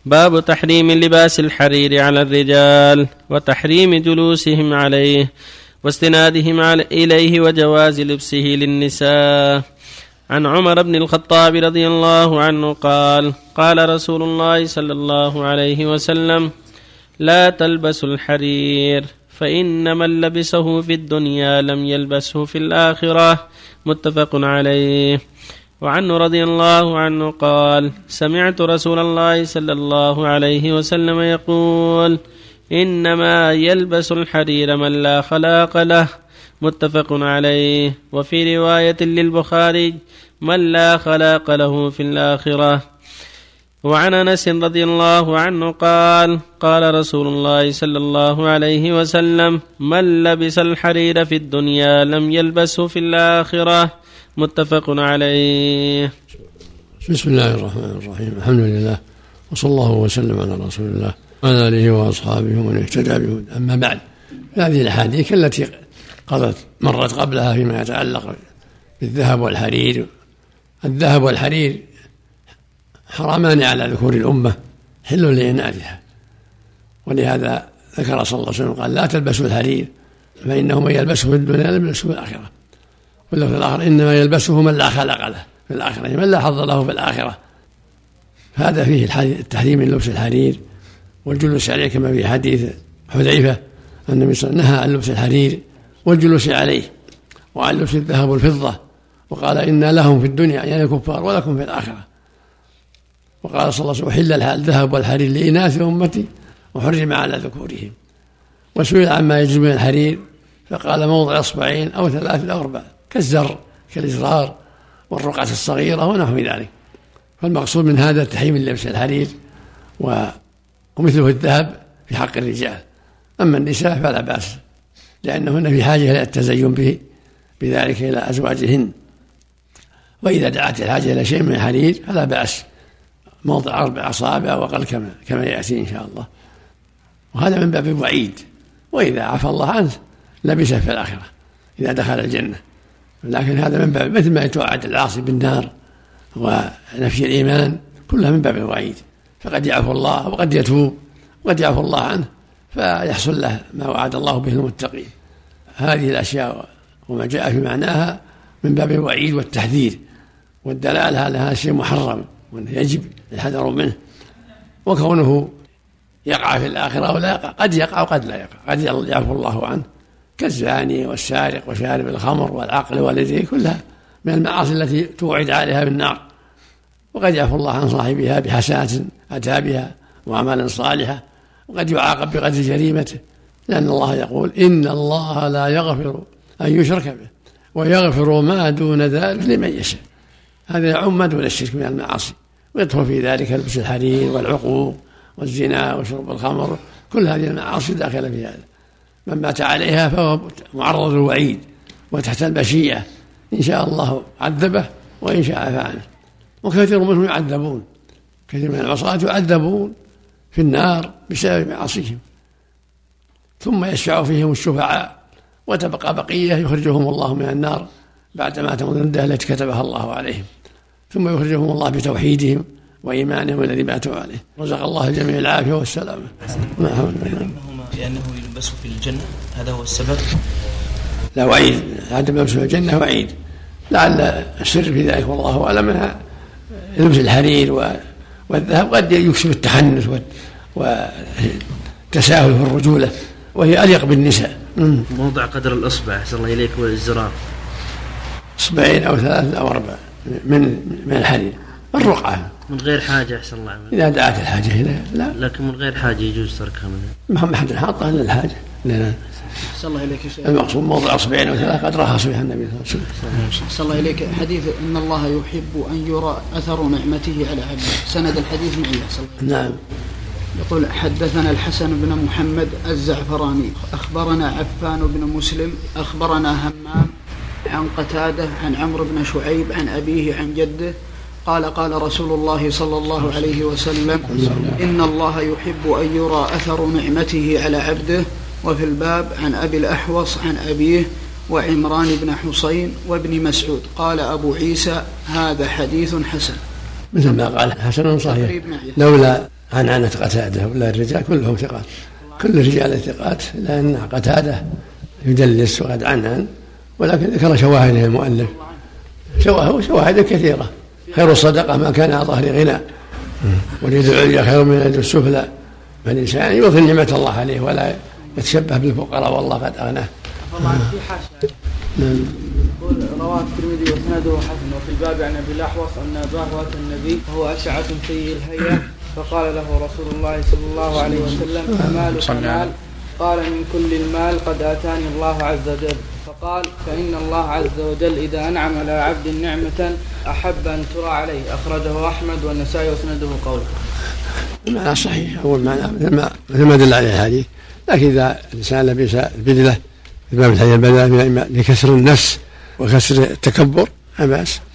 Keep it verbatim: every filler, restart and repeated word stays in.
باب تحريم لباس الحرير على الرجال وتحريم جلوسهم عليه واستنادهم إليه وجواز لبسه للنساء. عن عمر بن الخطاب رضي الله عنه قال قال رسول الله صلى الله عليه وسلم: لا تلبسوا الحرير فإن من لبسه في الدنيا لم يلبسه في الآخرة. متفق عليه. وعنه رضي الله عنه قال: سمعت رسول الله صلى الله عليه وسلم يقول: إنما يلبس الحرير من لا خلاق له. متفق عليه. وفي رواية للبخاري: من لا خلاق له في الآخرة. وعن أنس رضي الله عنه قال: قال رسول الله صلى الله عليه وسلم: من لبس الحرير في الدنيا لم يلبسه في الآخرة. متفق عليه. بسم الله الرحمن الرحيم. الحمد لله، وصلى الله وسلم على رسول الله وعلى آله وأصحابه ومن اهتدى بهداه. أما بعد، هذه الأحاديث التي قضت مرت قبلها فيما يتعلق بالذهب والحرير. الذهب والحرير حرامان على ذكور الأمة، حل لإناثها، ولهذا ذكر صلى الله عليه وسلم قال: لا تلبسوا الحرير فإنه من يلبسه في الدنيا لم يلبسه في الآخرة. واللفظ الآخر: إنما يلبسه من لا خلق له في الآخرة، من لا حظ له في الآخرة. هذا فيه التحريم من لبس الحرير والجلوس عليه، كما في حديث حذيفة أن النبي صلى الله عليه وسلم نهى عن لبس الحرير والجلوس عليه وعن لبس الذهب والفضة، وقال: إن لهم في الدنيا يعني الكفار ولكم في الآخرة. وقال صلى الله عليه وسلم: أحل الذهب والحرير لإناث أمتي وحرم على ذكورهم. وسئل عما يجوز من الحرير فقال: موضع إصبعين أو ثلاث أو أربع، كالزر كالإزرار والرقعة الصغيرة ونحو ذلك. فالمقصود من هذا تحريم لبس الحرير ومثله الذهب في حق الرجال. أما النساء فلا بأس، لأنهن في حاجة إلى التزين به بذلك إلى أزواجهن. وإذا دعت الحاجة إلى شيء من الحرير فلا بأس، موضع أربع أصابع وقل كما كما يأتي إن شاء الله. وهذا من باب الوعيد، وإذا عفى الله عنه لبسه في الآخرة إذا دخل الجنة. لكن هذا من باب مثل ما يتوعد العاصي بالنار ونفي الإيمان، كلها من باب الوعيد. فقد يعفو الله وقد يتوب وقد يعفو الله عنه فيحصل له ما وعد الله به المتقين. هذه الأشياء وما جاء في معناها من باب الوعيد والتحذير والدلالة على هذا الشيء محرم ويجب الحذر منه. وكونه يقع في الآخرة ولا يقع، قد يقع وقد لا يقع، قد يعفو الله عنه، كالزاني والسارق وشارب الخمر والعقل والذي، كلها من المعاصي التي توعد عليها بالنار. وقد يعفو الله عن صاحبها بحسنات أتى بها وأعمال صالحة، وقد يعاقب بقدر جريمته، لأن الله يقول: إن الله لا يغفر أن يشرك به ويغفر ما دون ذلك لمن يشاء. هذا يعم ما دون الشرك من المعاصي، ويدخل في ذلك لبس الحرير والعقوق والزنا وشرب الخمر، كل هذه المعاصي داخلة في هذا. من مات عليها فهو معرض للوعيد وتحت المشيئة، إن شاء الله عذبه وإن شاء عفى عنه. وكثير منهم يعذبون، كثير من العصاة يعذبون في النار بسبب معاصيهم، ثم يشفع فيهم الشفعاء وتبقى بقية يخرجهم الله من النار بعدما تمضي المدة التي كتبها الله عليهم، ثم يخرجهم الله بتوحيدهم وإيمانهم الذي ماتوا عليه. رزق الله الجميع العافية والسلامة. لأنه يلبس في الجنة، هذا هو السبب. لا، وعيد، عدم لبس في الجنة وعيد، لعل السر في ذلك والله أعلم منها لبس الحرير والذهب قد يكسب التحنث والتساهل في الرجولة، وهي أليق بالنساء. موضع قدر الأصبع أحسن الله إليك والزرار، إصبعين أو ثلاثة أو أربعة من من الحرير. الرقعة من غير حاجة أحسن الله عمل. إذا دعت الحاجة إليها لا، لكن من غير حاجة يجوز تركها منها. ما حد حاطها إلا الحاجة. لا، صلى الله إليك شيء. المقصود موضع أصبعين أو ثلاثة قد رخص بها النبي صلى الله عليه وسلم. صلى الله إليك حديث إن الله يحب أن يرى أثر نعمته على عبده، سند الحديث معي صلى الله عليه وسلم. نعم. يقول: حدثنا الحسن بن محمد الزعفراني أخبرنا عفان بن مسلم أخبرنا همام عن قتادة عن عمرو بن شعيب عن أبيه عن جده قال: قال رسول الله صلى الله عليه وسلم: إن الله يحب أن يرى أثر نعمته على عبده. وفي الباب عن أبي الأحوص عن أبيه وعمران بن حسين وابن مسعود. قال أبو عيسى: هذا حديث حسن. مثل ما قال حسن صحيح، لولا عن عنة قتادة، ولا الرجال كلهم ثقات، كل الرجال ثقات، لأن قتادة يدلس وقد عنعن، ولكن ذكر شواهده المؤلف شواهد كثيرة. خير الصدقة ما كان على ظهر غنى، واليد العليا خير من اليد السفلى، فالإنسان يظن نعمة الله عليه ولا يتشبه بالفقراء والله قد أغناه. في حاشية يقول رواه الترمذي وسنده حسن وفي الباب عن ابي الاحوص ان اباه اتى النبي وهو اشعث سيء الهيئه فقال له رسول الله صلى الله عليه وسلم امالك مال؟ قال من كل المال قد اتاني الله عز وجل. فقال فان الله عز وجل اذا انعم على عبد نعمه احب ان ترى عليه. اخرجه احمد والنسائي وسنده قوله. المعنى صحيح، اول معنى مثل ما دل عليه الحديث، لكن اذا الانسان لبس البدله باب الحياة البدنية لكسر النفس وكسر التكبر لا بأس.